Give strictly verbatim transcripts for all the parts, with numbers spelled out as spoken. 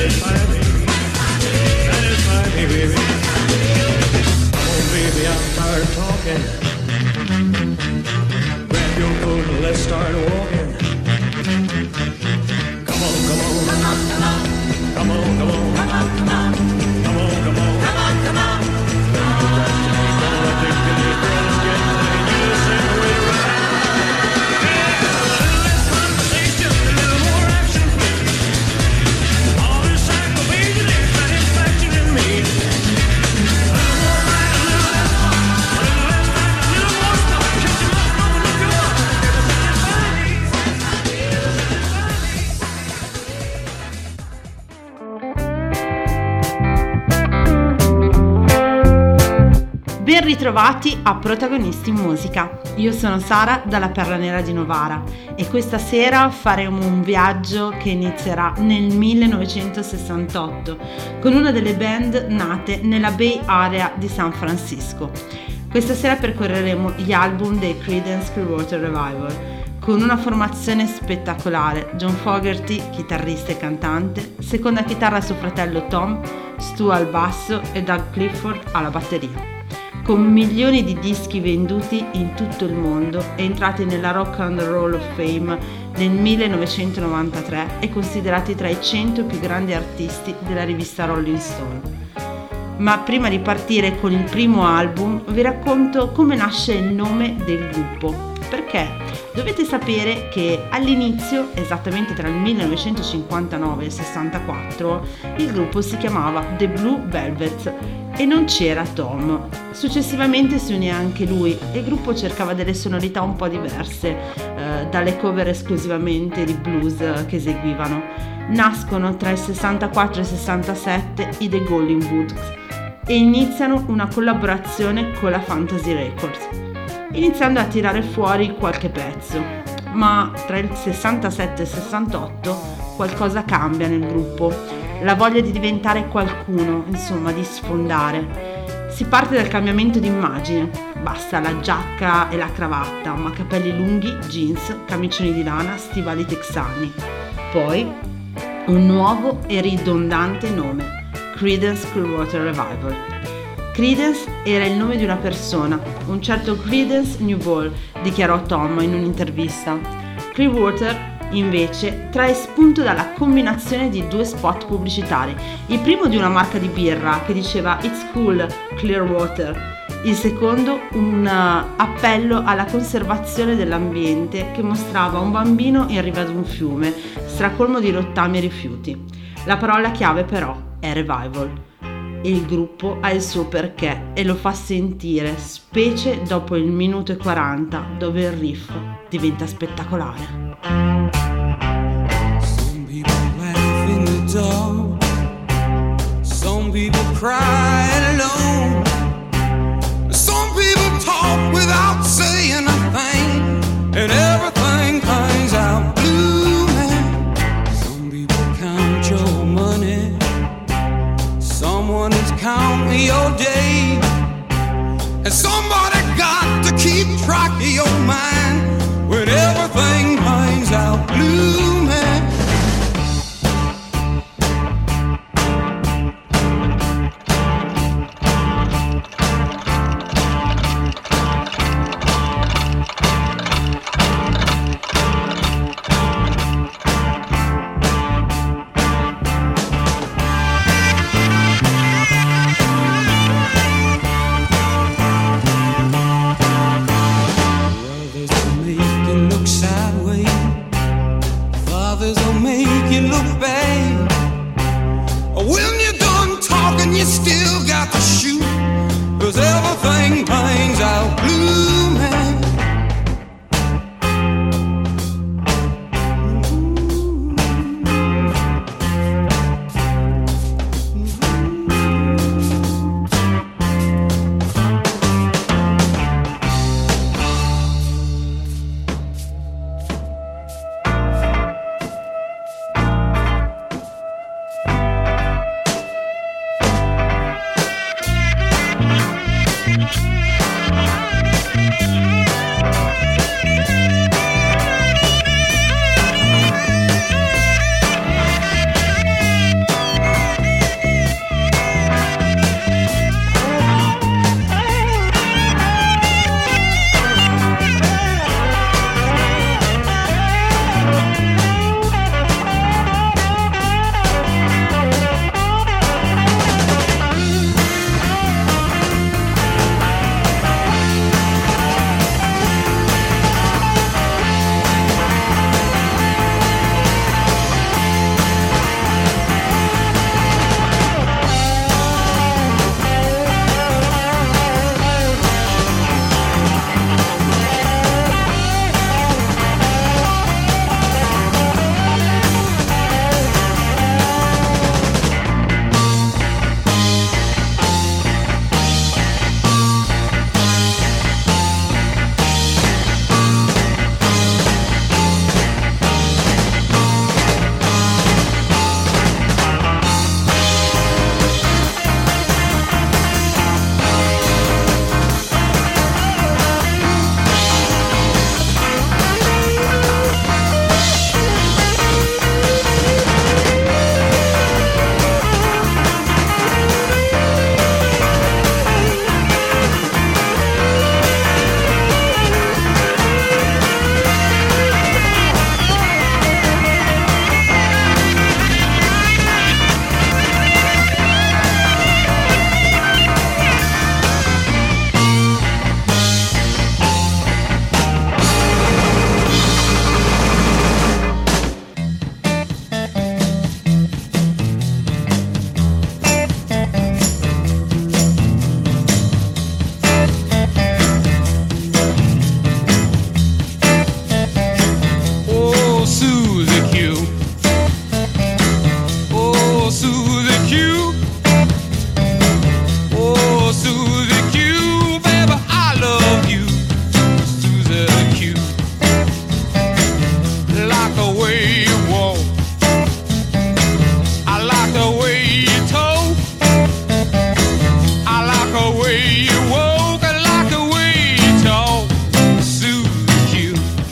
satisfy me, satisfy me, baby. Come on, baby, I'm tired of talking. Grab your coat and let's start walking. Come on, come on, come on, come on, come on, come on, come on, come on, come on, come on, come on, come on. Come back to me, come on, take me, girl, let's get playing. You say we're right. Ben ritrovati a Protagonisti in Musica. Io sono Sara dalla Perla Nera di Novara e questa sera faremo un viaggio che inizierà nel millenovecentosessantotto con una delle band nate nella Bay Area di San Francisco. Questa sera percorreremo gli album dei Creedence Clearwater Revival con una formazione spettacolare: John Fogerty, chitarrista e cantante, seconda chitarra suo fratello Tom, Stu al basso e Doug Clifford alla batteria. Con milioni di dischi venduti in tutto il mondo, entrati nella Rock and Roll of Fame nel millenovecentonovantatré e considerati tra i cento più grandi artisti della rivista Rolling Stone. Ma prima di partire con il primo album vi racconto come nasce il nome del gruppo, perché dovete sapere che all'inizio, esattamente tra il millenovecentocinquantanove e il sessantaquattro, il gruppo si chiamava The Blue Velvets e non c'era Tom. Successivamente si unì anche lui e il gruppo cercava delle sonorità un po' diverse eh, dalle cover esclusivamente di blues che eseguivano. Nascono tra il sessantaquattro e il sessantasette i The Golden Woods e iniziano una collaborazione con la Fantasy Records, iniziando a tirare fuori qualche pezzo. Ma tra il sessantasette e il sessantotto qualcosa cambia nel gruppo, la voglia di diventare qualcuno, insomma di sfondare. Si parte dal cambiamento di immagine, basta la giacca e la cravatta, ma capelli lunghi, jeans, camicioni di lana, stivali texani. Poi un nuovo e ridondante nome: Creedence Clearwater Revival. Creedence era il nome di una persona, un certo Creedence Newball, dichiarò Tom in un'intervista. Clearwater invece trae spunto dalla combinazione di due spot pubblicitari, il primo di una marca di birra che diceva "It's cool, Clearwater", il secondo un uh, appello alla conservazione dell'ambiente che mostrava un bambino in riva ad un fiume, stracolmo di rottami e rifiuti. La parola chiave però è revival. Il gruppo ha il suo perché e lo fa sentire, specie dopo il minuto e quaranta, dove il riff diventa spettacolare. Some people laugh in the dark, some people cry alone, some people talk without saying a thing, and everything comes out blue, man. Some people count your money, someone is counting your day, and somebody got to keep track of your mind when everything hangs out blue, man. Oh, Susie Q. Oh, Susie Q, baby, I love you. Susie Q. Like the way you walk, I like the way you talk, I like the way you walk, I like the way you talk. Susie Q.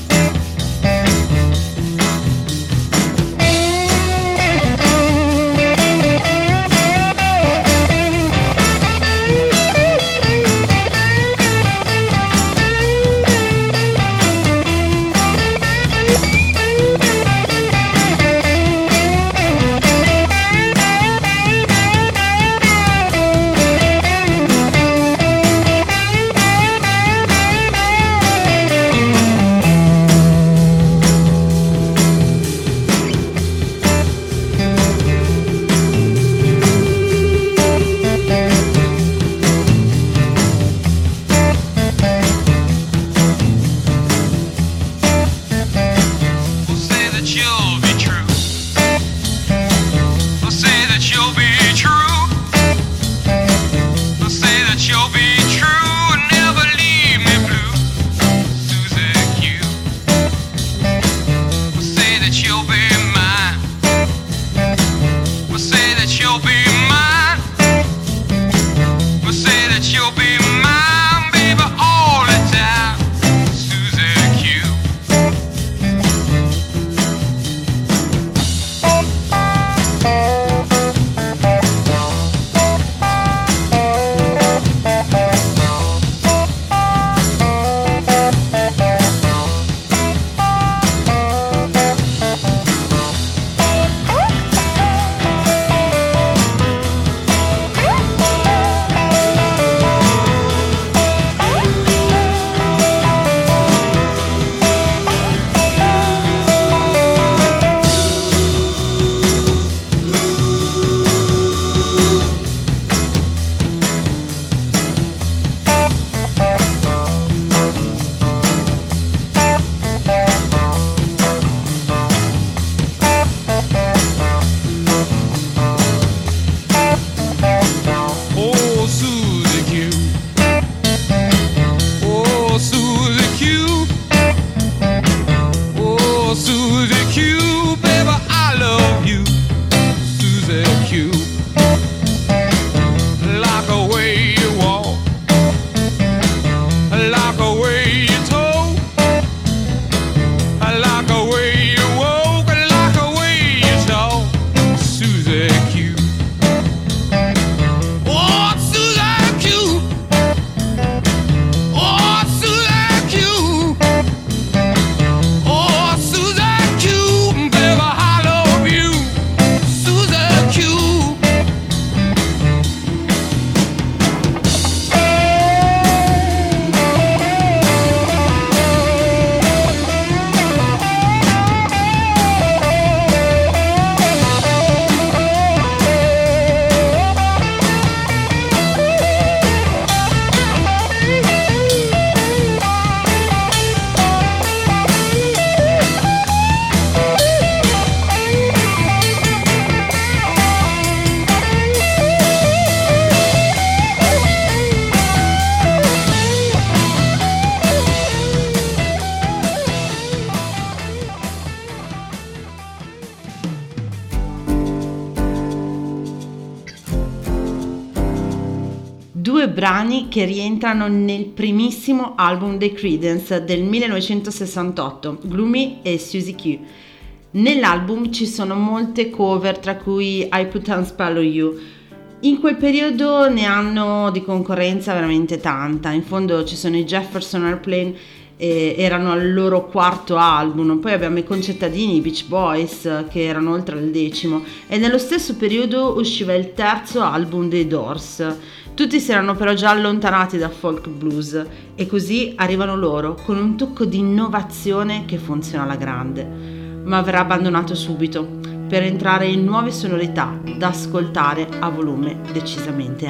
due brani che rientrano nel primissimo album dei Creedence del millenovecentosessantotto, Gloomy e Susie Q. Nell'album ci sono molte cover, tra cui I Put on Spell on You. In quel periodo ne hanno di concorrenza veramente tanta. In fondo ci sono i Jefferson Airplane, eh, erano al loro quarto album, poi abbiamo i concittadini, i Beach Boys, che erano oltre al decimo, e nello stesso periodo usciva il terzo album dei Doors. Tutti si erano però già allontanati da folk blues, e così arrivano loro con un tocco di innovazione che funziona alla grande, ma verrà abbandonato subito per entrare in nuove sonorità da ascoltare a volume decisamente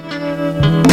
alto.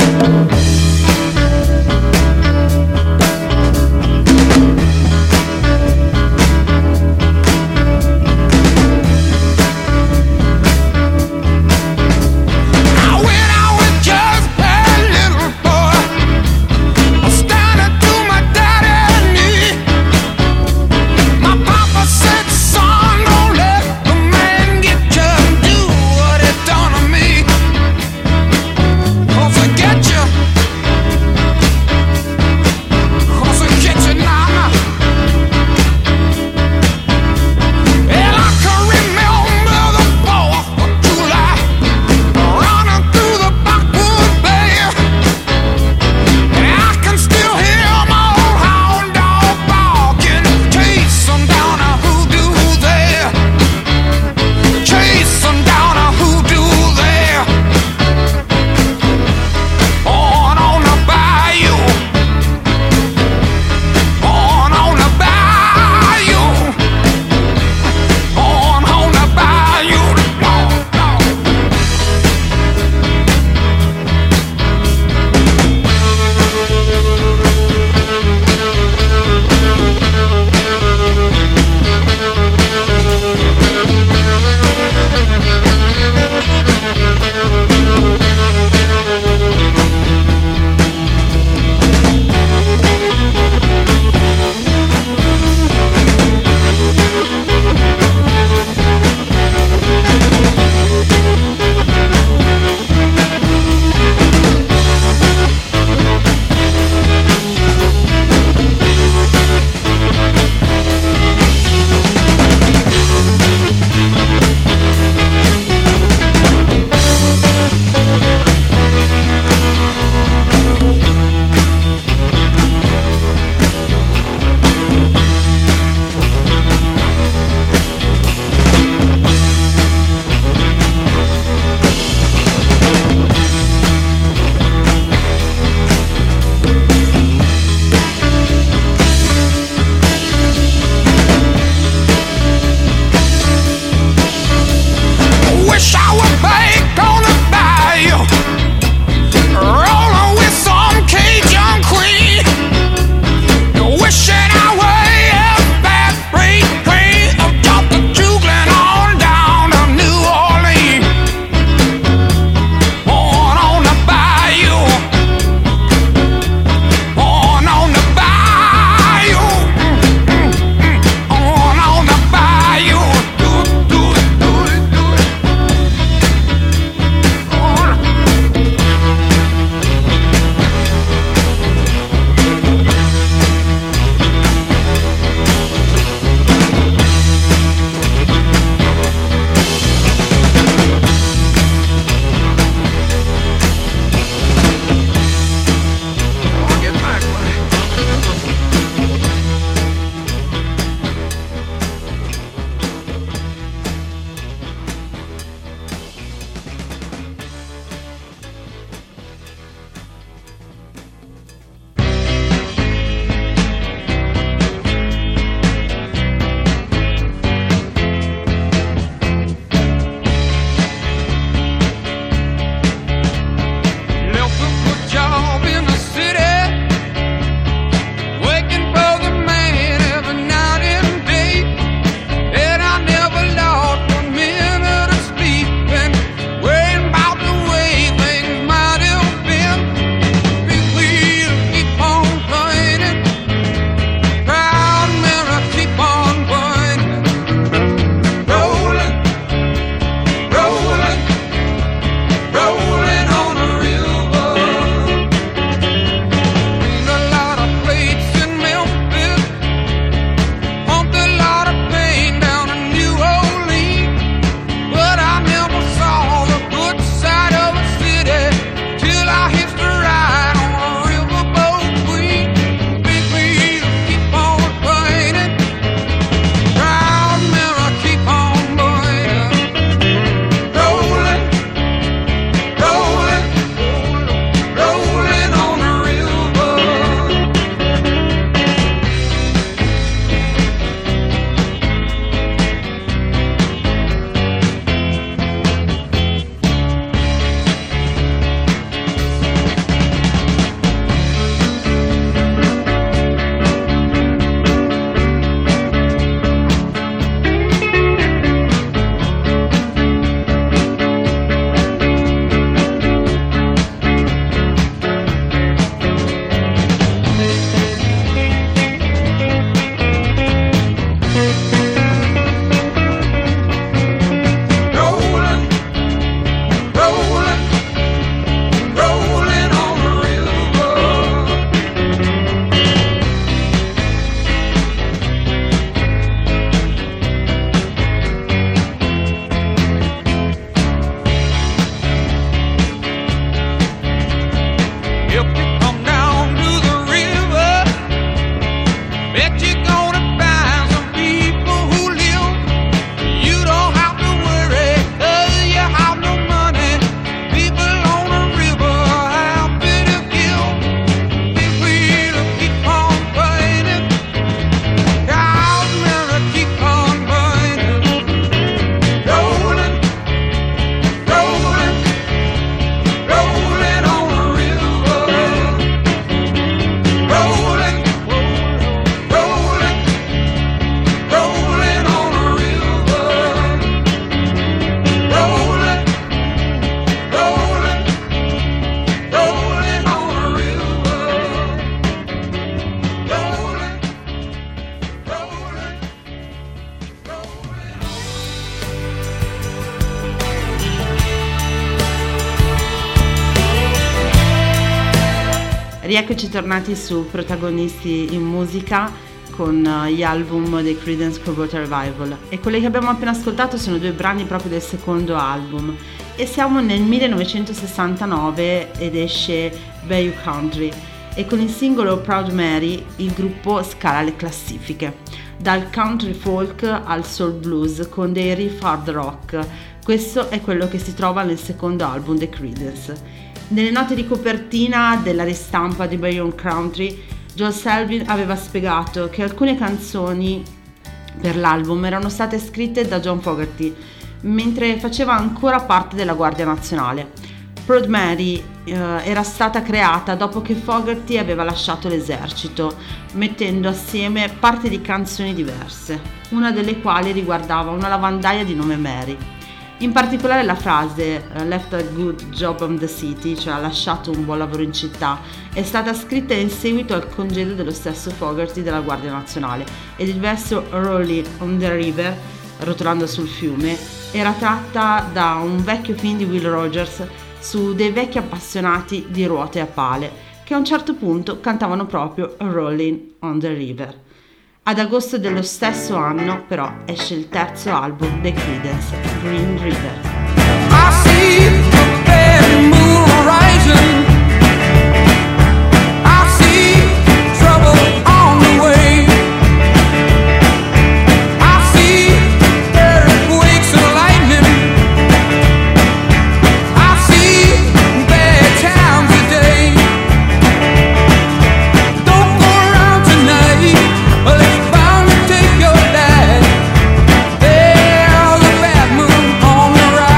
rieccoci tornati su Protagonisti in musica con gli album dei Creedence Clearwater Revival, e quelli che abbiamo appena ascoltato sono due brani proprio del secondo album, e siamo nel millenovecentosessantanove ed esce Bayou Country, e con il singolo Proud Mary il gruppo scala le classifiche dal country folk al soul blues con dei riff hard rock. Questo è quello che si trova nel secondo album dei Creedence. Nelle note di copertina della ristampa di Bayou Country, Joel Selvin aveva spiegato che alcune canzoni per l'album erano state scritte da John Fogerty mentre faceva ancora parte della Guardia Nazionale. Proud Mary eh, era stata creata dopo che Fogerty aveva lasciato l'esercito, mettendo assieme parti di canzoni diverse, una delle quali riguardava una lavandaia di nome Mary. In particolare la frase uh, left a good job on the city, cioè ha lasciato un buon lavoro in città, è stata scritta in seguito al congedo dello stesso Fogerty della Guardia Nazionale, ed il verso Rolling on the River, rotolando sul fiume, era tratta da un vecchio film di Will Rogers su dei vecchi appassionati di ruote a pale che a un certo punto cantavano proprio Rolling on the River. Ad agosto dello stesso anno, però, esce il terzo album dei Creedence, Green River. I see the bad moon rising. I see trouble on the way. I see earthquakes and lightning. I see bad times today. Don't go around tonight. Well, it's bound to take your life. There's a bad moon on the rise.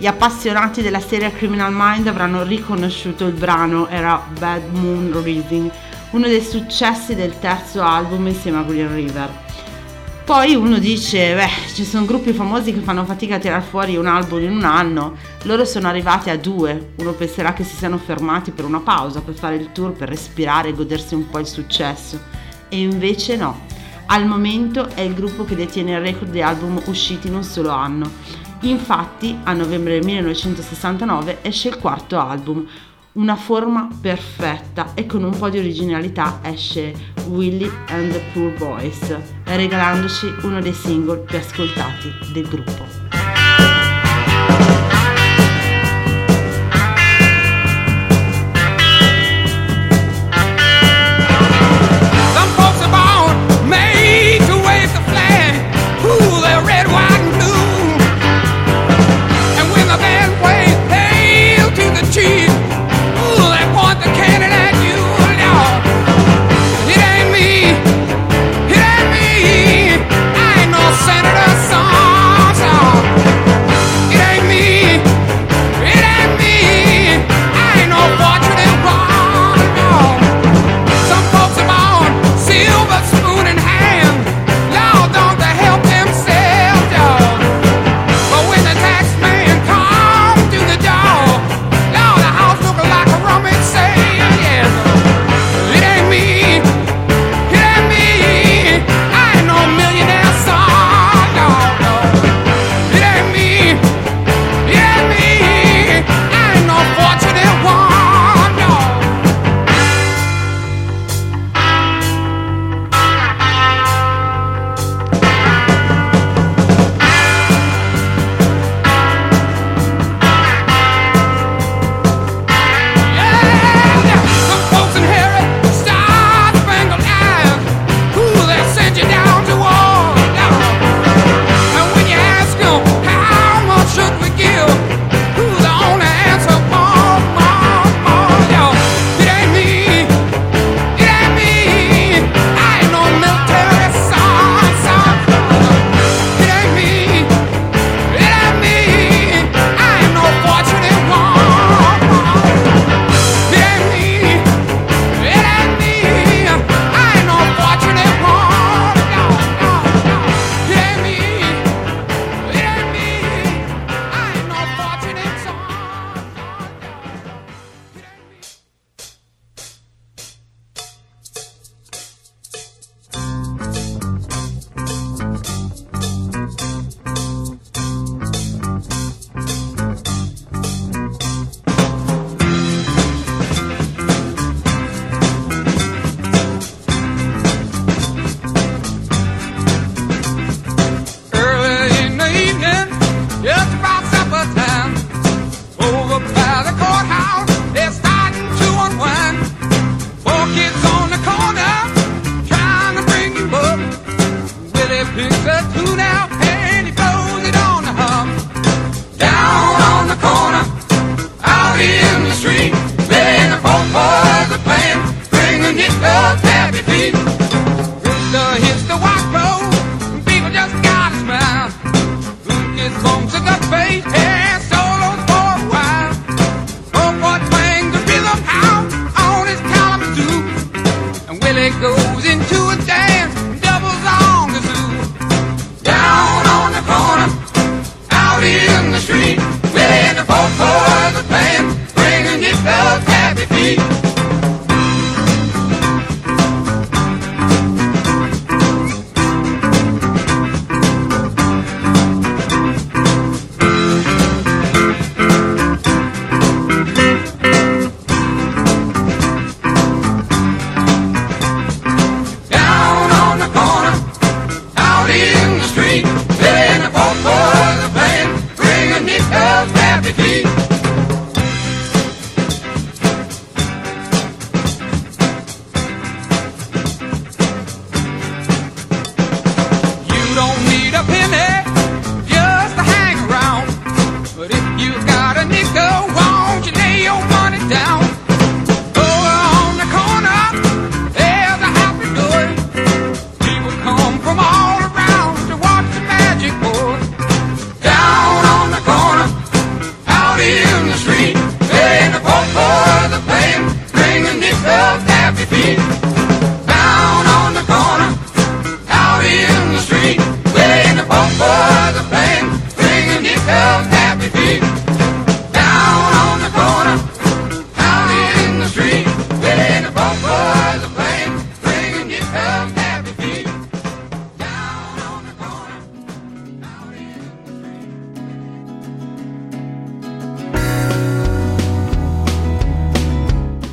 Gli appassionati della serie Criminal Mind avranno riconosciuto il brano, era Bad Moon Rising, uno dei successi del terzo album insieme a Green River. Poi uno dice, beh, ci sono gruppi famosi che fanno fatica a tirar fuori un album in un anno, loro sono arrivati a due, uno penserà che si siano fermati per una pausa, per fare il tour, per respirare e godersi un po' il successo, e invece no, al momento è il gruppo che detiene il record di album usciti in un solo anno. Infatti a novembre del millenovecentosessantanove esce il quarto album, una forma perfetta, e con un po' di originalità esce Willie and the Poor Boys, regalandoci uno dei single più ascoltati del gruppo.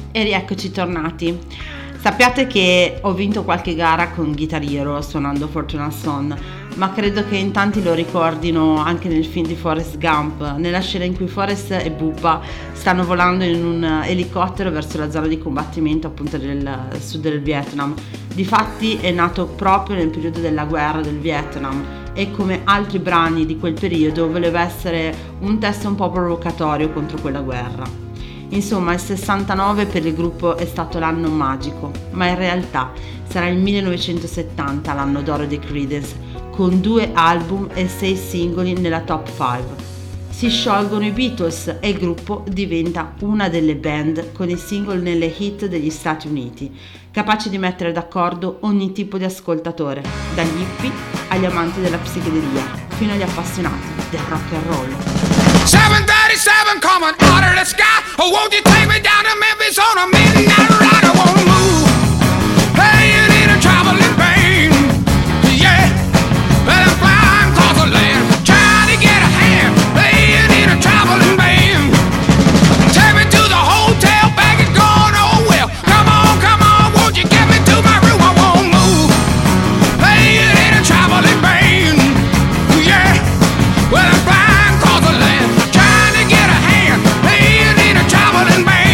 E rieccoci tornati. Sappiate che ho vinto qualche gara con Guitar Hero suonando Fortuna Son, ma credo che in tanti lo ricordino anche nel film di Forrest Gump, nella scena in cui Forrest e Bubba stanno volando in un elicottero verso la zona di combattimento appunto del sud del Vietnam. Difatti è nato proprio nel periodo della guerra del Vietnam e come altri brani di quel periodo voleva essere un testo un po' provocatorio contro quella guerra. Insomma, il sessantanove per il gruppo è stato l'anno magico, ma in realtà sarà il millenovecentosettanta l'anno d'oro dei Creedence, con due album e sei singoli nella top cinque. Si sciolgono i Beatles e il gruppo diventa una delle band con i single nelle hit degli Stati Uniti, capaci di mettere d'accordo ogni tipo di ascoltatore, dagli hippie agli amanti della psichedelia, fino agli appassionati del rock and roll. seven thirty-seven coming out of the sky. Oh, won't you take me down to Memphis on a midnight ride? I wanna move. Hey, you need a traveling pain. Yeah, well, I'm flying across the land, trying to get a hand. Hey, you need a traveling band. Take me to the hotel, bag is gone, oh well. Come on, come on, won't you get me to my room? I won't move. Hey, you need a traveling band. Yeah, well, I'm flying across the land, trying to get a hand. Hey, you need a traveling band.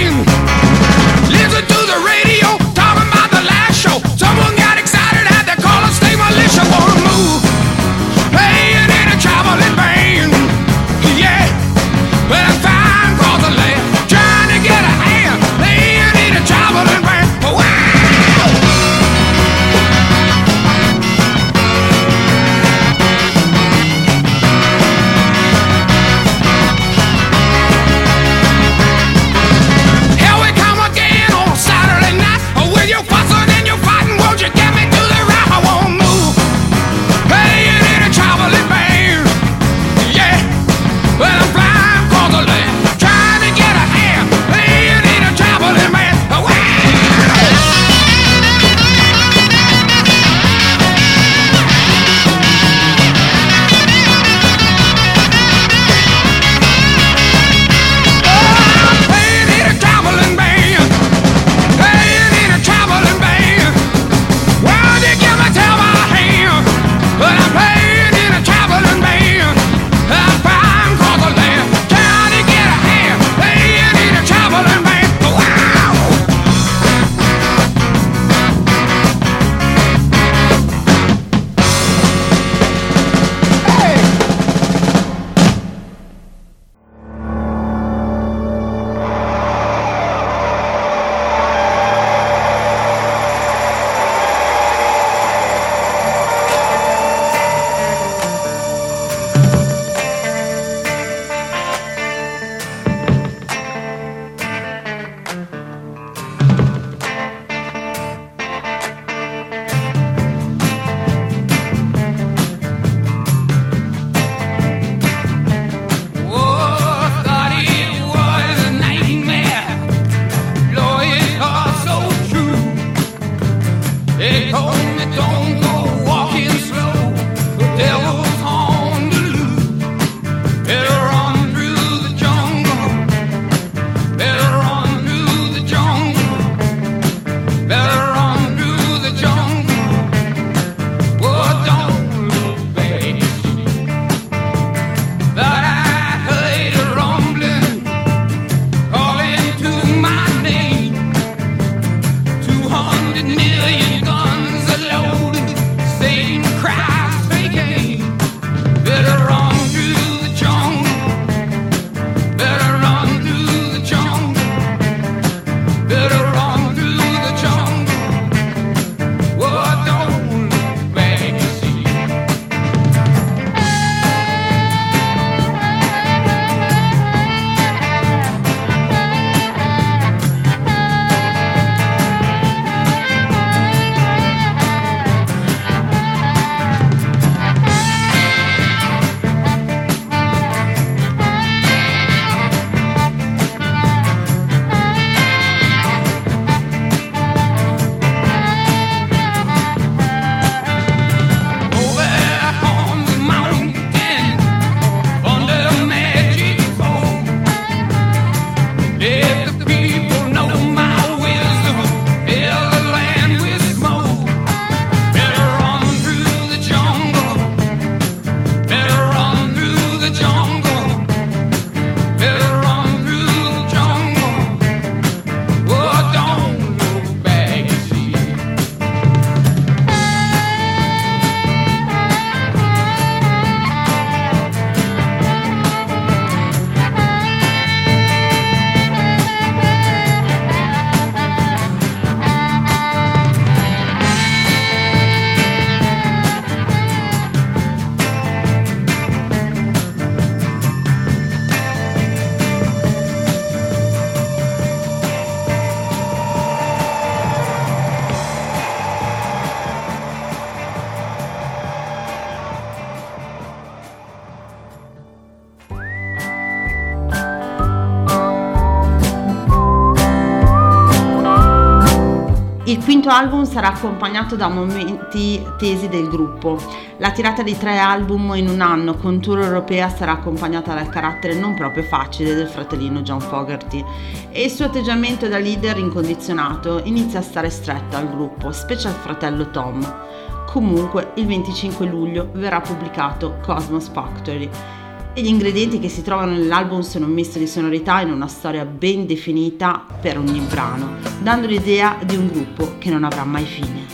Il quinto album sarà accompagnato da momenti tesi del gruppo. La tirata di tre album in un anno con tour europea sarà accompagnata dal carattere non proprio facile del fratellino John Fogerty e il suo atteggiamento da leader incondizionato inizia a stare stretto al gruppo, specie al fratello Tom. Comunque, il venticinque luglio verrà pubblicato Cosmos Factory e gli ingredienti che si trovano nell'album sono un misto di sonorità in una storia ben definita per ogni brano, dando l'idea di un gruppo che non avrà mai fine.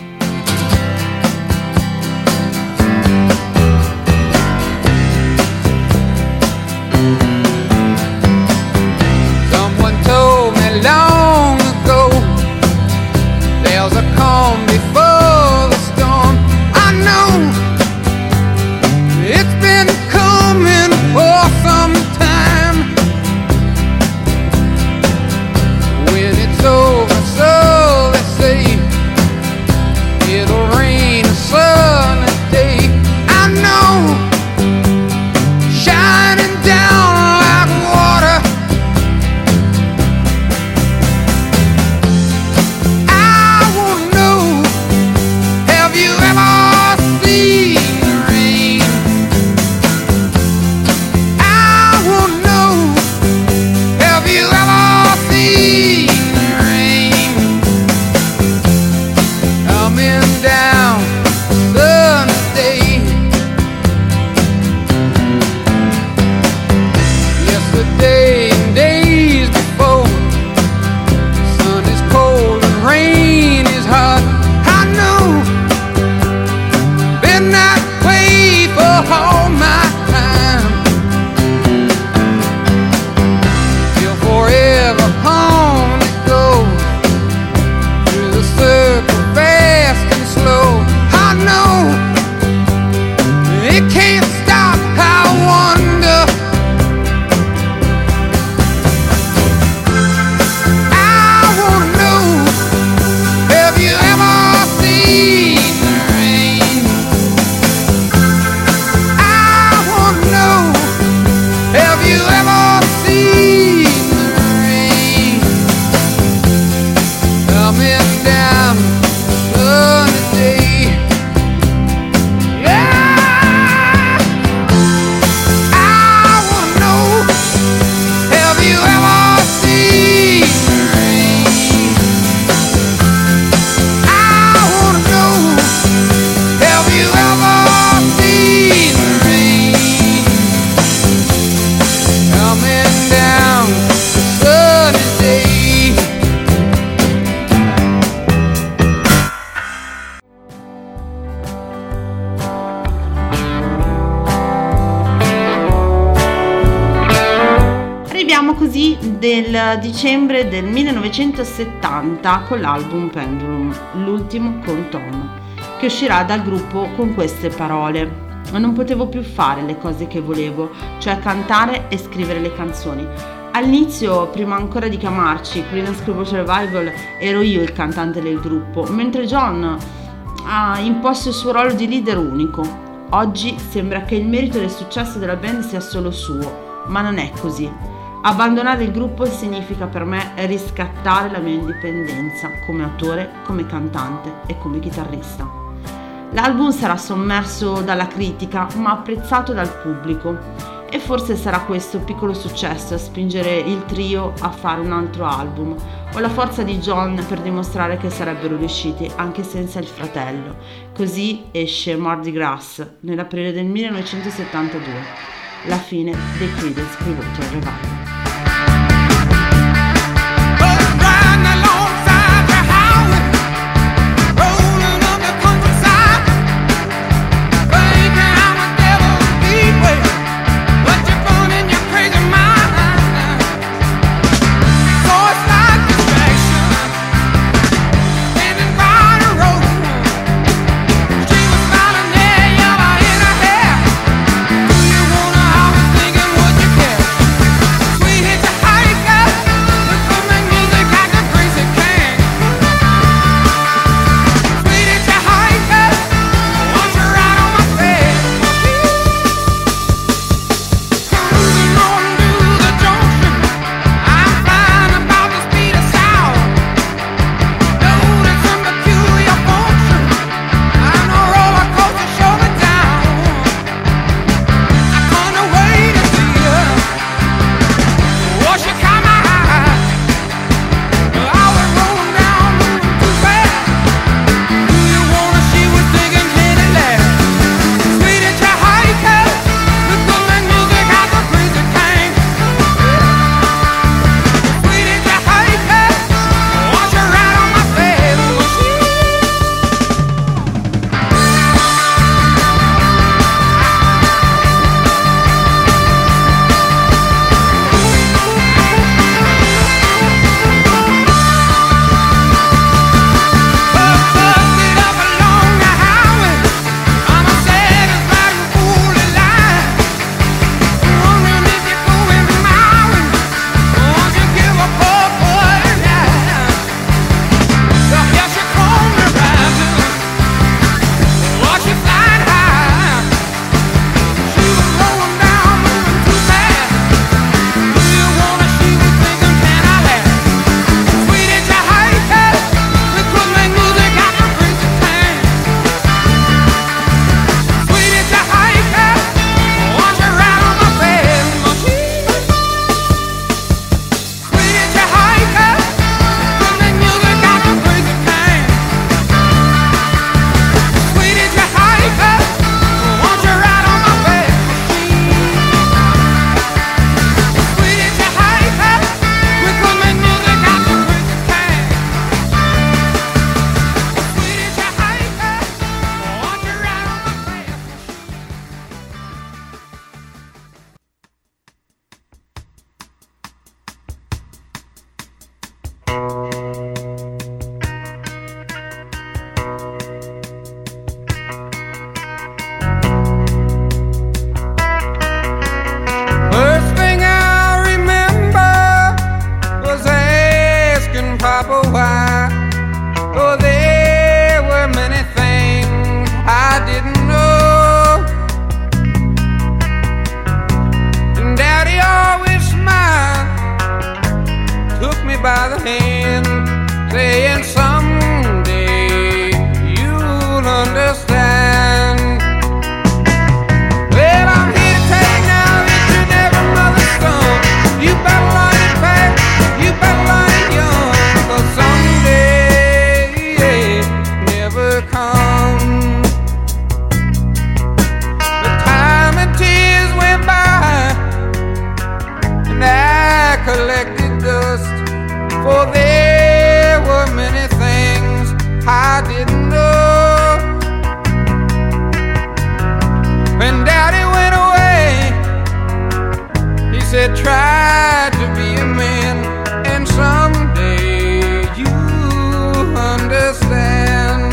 Someone told me long ago there's a calm before the storm. I know it's been coming for some time. When it's over, so they say, it'll rain a sunny day. I know, shining down like water. I wanna know, have you ever seen the rain? I wanna know, have you ever seen the rain? Coming down sunny day. Yesterday and days before, sun is cold and rain is hot. I know, been that way for all my time. Till forever on it goes, through the circle fast and slow. I know, it can't stop, I wonder. I wanna know, have you ever seen the rain? I wanna know, have you ever seen the rain? Coming down sunny day. Yeah, I wanna know, have you ever seen the rain? I wanna know, have you ever seen the rain? Coming down sunny day. Arriviamo così del dicembre del millenovecentosettanta con l'album Pendulum, l'ultimo con Tom, che uscirà dal gruppo con queste parole: non potevo più fare le cose che volevo, cioè cantare e scrivere le canzoni. All'inizio, prima ancora di chiamarci Creedence Clearwater Revival, ero io il cantante del gruppo, mentre John ha imposto il suo ruolo di leader unico. Oggi sembra che il merito del successo della band sia solo suo, ma non è così. Abbandonare il gruppo significa per me riscattare la mia indipendenza come autore, come cantante e come chitarrista. L'album sarà sommerso dalla critica, ma apprezzato dal pubblico, e forse sarà questo piccolo successo a spingere il trio a fare un altro album, o la forza di John per dimostrare che sarebbero riusciti anche senza il fratello. Così esce Mardi Gras nell'aprile del millenovecentosettantadue, la fine dei Creedence Clearwater Revival. Riding alongside the highway, rolling up the countryside, thinking I'm a devil's speedway, but you're running your crazy mind. So it's like distraction, standing by the road. She was smiling there, yellow in her hair. Do you wanna? I was thinking, would you care? First thing I remember was asking Papa why. Oh, there were many things I didn't know. And Daddy always smiled, took me by the hand, saying someday you'll understand. Well, I'm here to tell you now that you're never mother's son. You better learn it fast, you better learn it young, 'cause someday it never comes. The time and tears went by, and I collected dust, for there were many things I didn't know. When Daddy went away, he said, try to be a man, and someday you'll understand.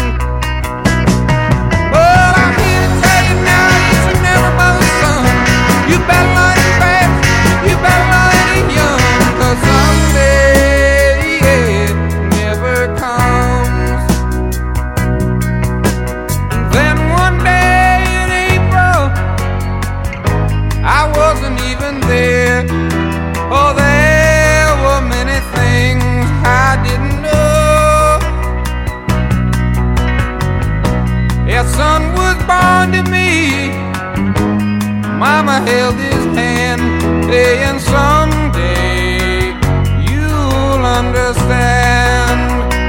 Well, I'm here to tell you now, you should never mother's son. You better learn it fast, you better learn it young, 'cause someday it never comes. And then one day in April, I wasn't even there. Oh, there were many things I didn't know. A son was born to me. Mama held his hand, saying someday you'll understand.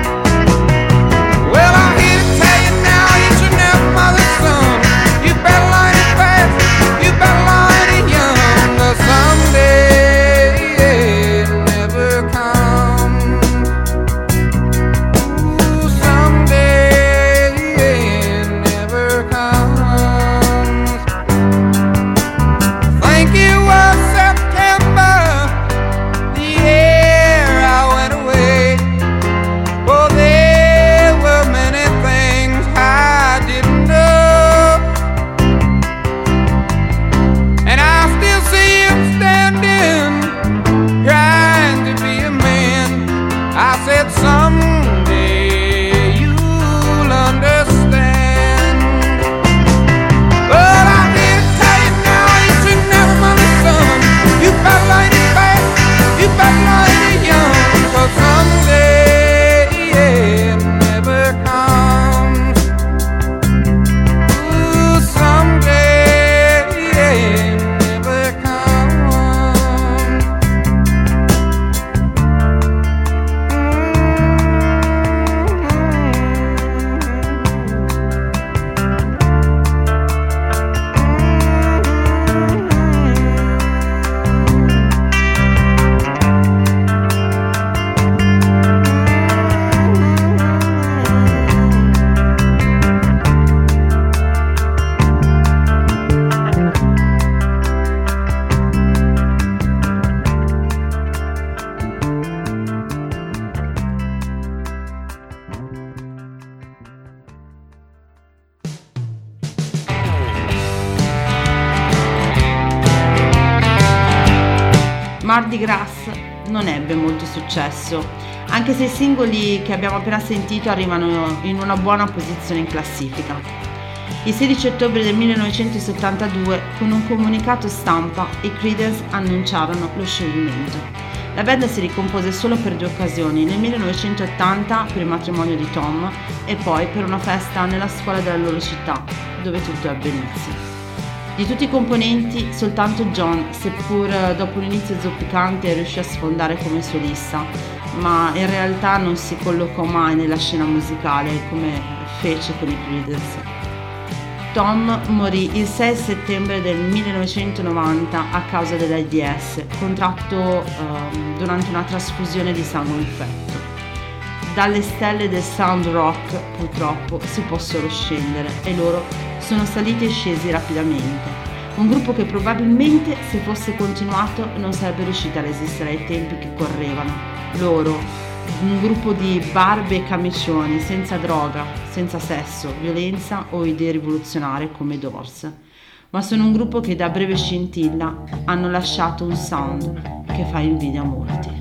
Well, I'm here to tell you now, you should never mother's son. You better learn it fast, you better learn it young, 'cause someday it never comes. Ooh, someday it never comes. Think it was September, the year I went away. Oh, there were many things I didn't know, and I still see him standing, trying to be a man. I said someday you'll understand. But I'm here to tell you now, you should never mother's son. You better learn it fast, you better learn it young, 'cause someday it never comes. Ooh, someday it never comes. Mardi Gras non ebbe molto successo, anche se i singoli che abbiamo appena sentito arrivano in una buona posizione in classifica. Il sedici ottobre del millenovecentosettantadue, con un comunicato stampa, i Creedence annunciarono lo scioglimento. La band si ricompose solo per due occasioni, nel millenovecentottanta per il matrimonio di Tom e poi per una festa nella scuola della loro città, dove tutto ebbe inizio. Di tutti i componenti, soltanto John, seppur dopo un inizio zoppicante, riuscì a sfondare come solista, ma in realtà non si collocò mai nella scena musicale come fece con i Creedence. Tom morì il sei settembre del millenovecentonovanta a causa dell'AIDS, contratto um, durante una trasfusione di sangue infetto. Dalle stelle del sound rock, purtroppo, si può solo scendere e loro sono saliti e scesi rapidamente. Un gruppo che probabilmente, se fosse continuato, non sarebbe riuscito a resistere ai tempi che correvano. Loro, un gruppo di barbe e camicioni, senza droga, senza sesso, violenza o idee rivoluzionarie come Doors, ma sono un gruppo che da breve scintilla hanno lasciato un sound che fa invidia a molti.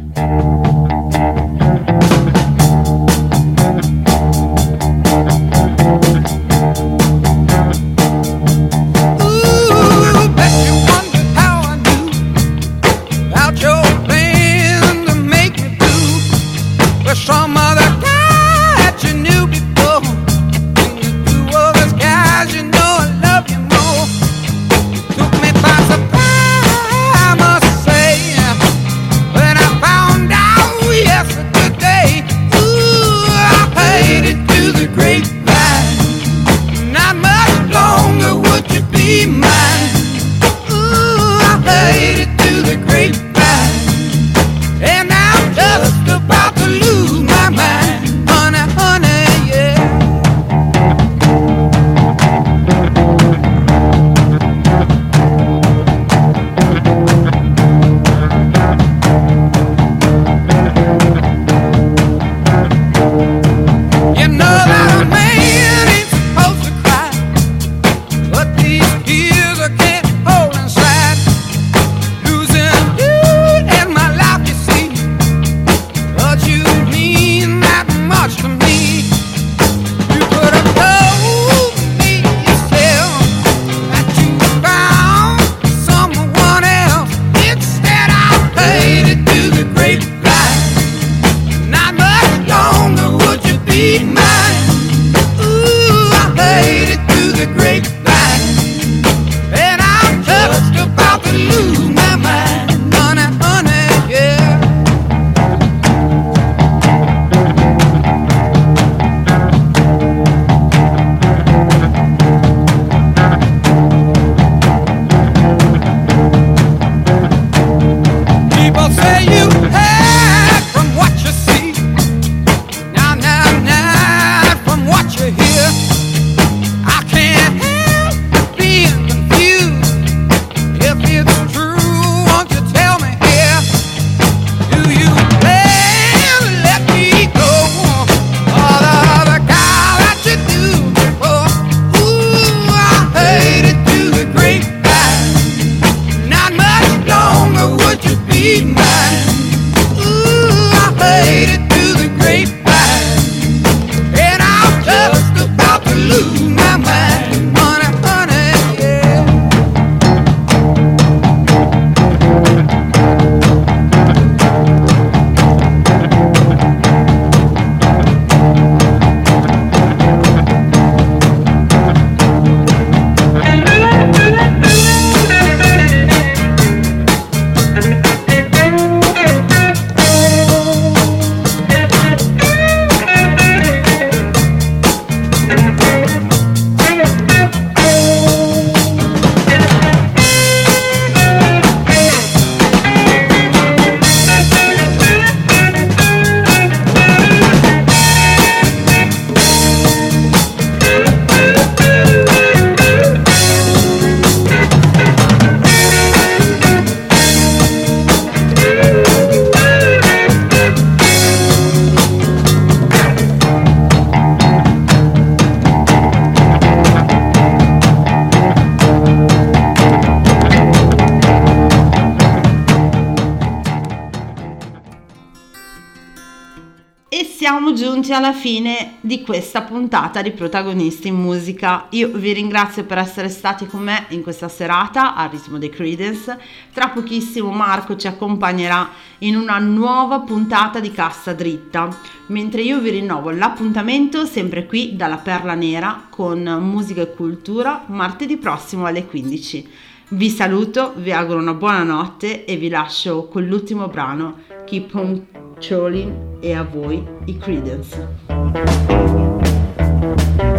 Some other guy that you knew before. When you do all those guys, you know I love you more. Took me by surprise, I must say, when I found out yesterday. Ooh, I paid it to the grapevine. Not much longer would you be mine. Ooh, I paid it to the grapevine. And I'm just about to lose my mind, honey, honey, yeah. You know that a man ain't supposed to cry, but these tears I can't hold inside. Losing you in my life, you see. But you mean that much to me. You could have told me yourself that you found someone else. Instead I paid it to the grapevine. Not much longer would you be mine. Ooh, I paid it to the grapevine. And I'm just about to lose my mind, honey, honey, yeah. People say you hide from what you see. Now, now, now, from what you hear. I can't help being confused. If it's true, won't you tell me here? Do you plan to let me go? Or the other guy that you knew before? Ooh, I paid it to the grapevine. Not much longer would you be mine. Ooh, I paid it to the grapevine. And I'm just about to lose my mind, honey, honey, yeah. E siamo giunti alla fine di questa puntata di Protagonisti in Musica. Io vi ringrazio per essere stati con me in questa serata al ritmo dei Creedence. Tra pochissimo Marco ci accompagnerà in una nuova puntata di Cassa Dritta, mentre io vi rinnovo l'appuntamento sempre qui dalla Perla Nera con musica e cultura martedì prossimo alle quindici. Vi saluto, vi auguro una buona notte e vi lascio con l'ultimo brano, Keep on Trolling, e a voi i Creedence.